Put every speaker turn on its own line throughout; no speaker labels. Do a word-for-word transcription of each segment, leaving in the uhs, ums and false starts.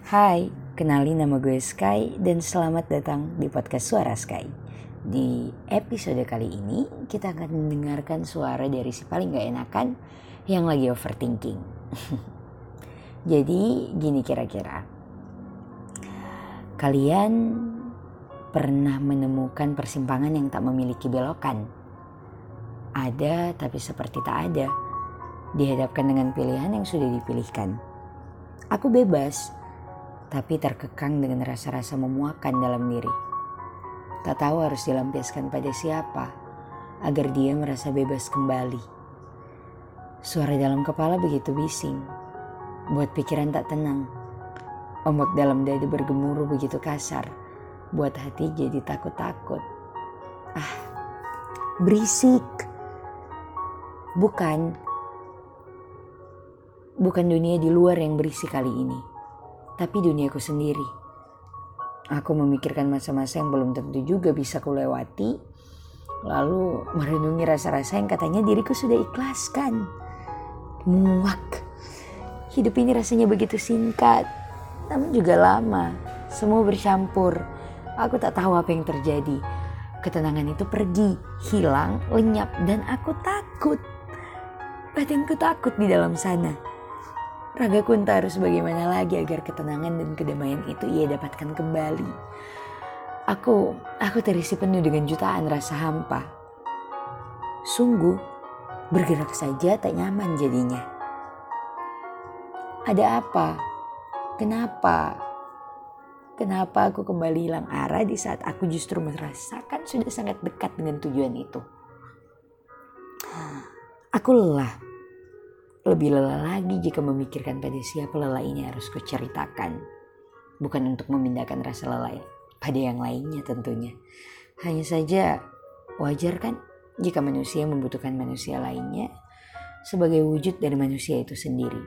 Hai, kenalin nama gue Sky dan selamat datang di podcast Suara Sky. Di episode kali ini kita akan mendengarkan suara dari si paling gak enakan yang lagi overthinking. Jadi gini kira-kira, kalian pernah menemukan persimpangan yang tak memiliki belokan? Ada tapi seperti tak ada, dihadapkan dengan pilihan yang sudah dipilihkan. Aku bebas, tapi terkekang dengan rasa-rasa memuakan dalam diri. Tak tahu harus dilampiaskan pada siapa agar dia merasa bebas kembali. Suara dalam kepala begitu bising, buat pikiran tak tenang. Ombak dalam dada bergemuruh begitu kasar, buat hati jadi takut-takut. Ah, berisik. Bukan, bukan dunia di luar yang berisik kali ini, tapi duniaku sendiri. Aku memikirkan masa-masa yang belum tentu juga bisa kulewati, lalu merenungi rasa-rasa yang katanya diriku sudah ikhlaskan. Muak. Hidup ini rasanya begitu singkat, namun juga lama. Semua bercampur. Aku tak tahu apa yang terjadi. Ketenangan itu pergi, hilang, lenyap, dan aku takut. Batinku takut di dalam sana. Ragaku entah harus bagaimana lagi agar ketenangan dan kedamaian itu ia dapatkan kembali. Aku, aku terisi penuh dengan jutaan rasa hampa. Sungguh, bergerak saja tak nyaman jadinya. Ada apa? Kenapa? Kenapa aku kembali hilang arah di saat aku justru merasakan sudah sangat dekat dengan tujuan itu? Aku lelah. Lebih lelah lagi jika memikirkan pada siapa lelah ini harus kuceritakan. Bukan untuk memindahkan rasa lelah pada yang lainnya tentunya. Hanya saja wajar kan jika manusia membutuhkan manusia lainnya sebagai wujud dari manusia itu sendiri.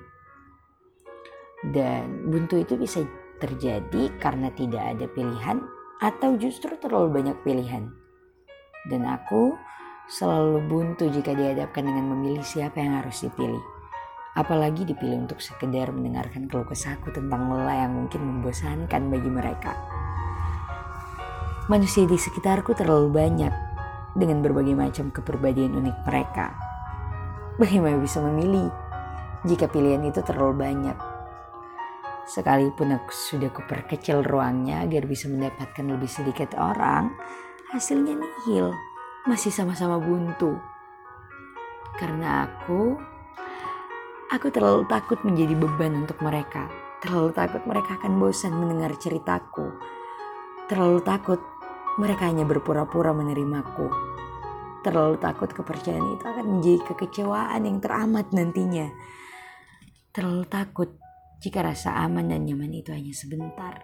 Dan buntu itu bisa terjadi karena tidak ada pilihan atau justru terlalu banyak pilihan. Dan aku selalu buntu jika dihadapkan dengan memilih siapa yang harus dipilih. Apalagi dipilih untuk sekedar mendengarkan keluh kesahku tentang lelah yang mungkin membosankan bagi mereka. Manusia di sekitarku terlalu banyak dengan berbagai macam kepribadian unik mereka. Bagaimana bisa memilih jika pilihan itu terlalu banyak? Sekalipun aku sudah kuperkecil ruangnya agar bisa mendapatkan lebih sedikit orang, hasilnya nihil, masih sama-sama buntu. Karena aku Aku terlalu takut menjadi beban untuk mereka. Terlalu takut mereka akan bosan mendengar ceritaku. Terlalu takut mereka hanya berpura-pura menerimaku. Terlalu takut kepercayaan itu akan menjadi kekecewaan yang teramat nantinya. Terlalu takut jika rasa aman dan nyaman itu hanya sebentar.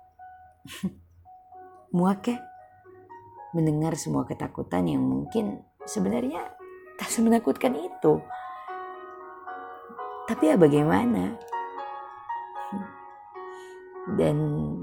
Muak ya? Mendengar semua ketakutan yang mungkin sebenarnya tak semenakutkan itu. Tapi ya bagaimana? Dan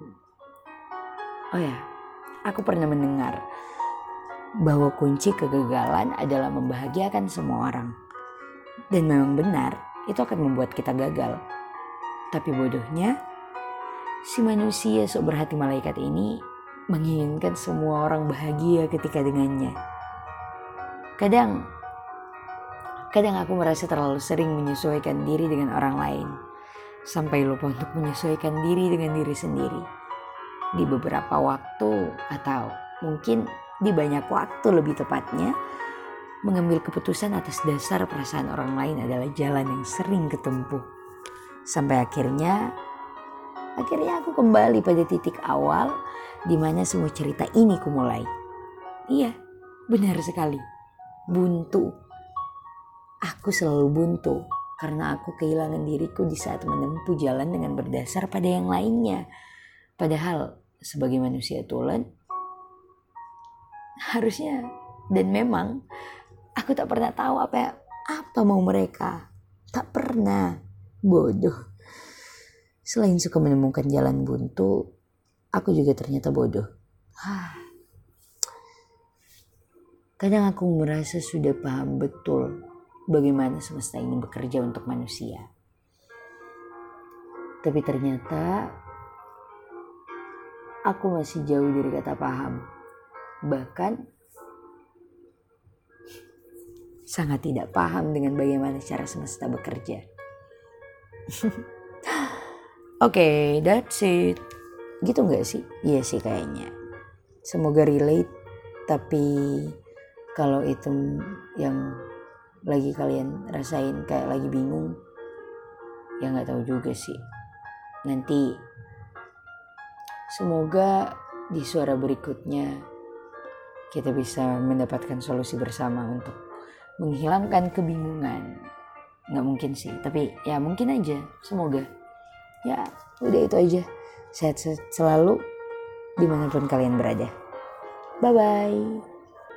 oh ya, aku pernah mendengar bahwa kunci kegagalan adalah membahagiakan semua orang. Dan memang benar, itu akan membuat kita gagal. Tapi bodohnya, si manusia sok berhati malaikat ini menginginkan semua orang bahagia ketika dengannya. Kadang Kadang aku merasa terlalu sering menyesuaikan diri dengan orang lain, sampai lupa untuk menyesuaikan diri dengan diri sendiri. Di beberapa waktu, atau mungkin di banyak waktu lebih tepatnya, mengambil keputusan atas dasar perasaan orang lain adalah jalan yang sering ketempuh. Sampai akhirnya, akhirnya aku kembali pada titik awal di mana semua cerita ini kumulai. Iya, benar sekali, buntu. Aku selalu buntu karena aku kehilangan diriku di saat menempuh jalan dengan berdasar pada yang lainnya. Padahal sebagai manusia tulen, harusnya dan memang aku tak pernah tahu apa apa mau mereka. Tak pernah. Bodoh. Selain suka menemukan jalan buntu, aku juga ternyata bodoh. Kadang aku merasa sudah paham betul bagaimana semesta ini bekerja untuk manusia. Tapi ternyata aku masih jauh dari kata paham. Bahkan sangat tidak paham dengan bagaimana cara semesta bekerja. Oke, okay, that's it. Gitu gak sih? Iya sih kayaknya. Semoga relate. Tapi kalau itu yang lagi kalian rasain kayak lagi bingung, ya gak tahu juga sih. Nanti semoga di suara berikutnya kita bisa mendapatkan solusi bersama untuk menghilangkan kebingungan. Gak mungkin sih, tapi ya mungkin aja. Semoga. Ya udah itu aja. Sehat selalu dimanapun kalian berada. Bye bye.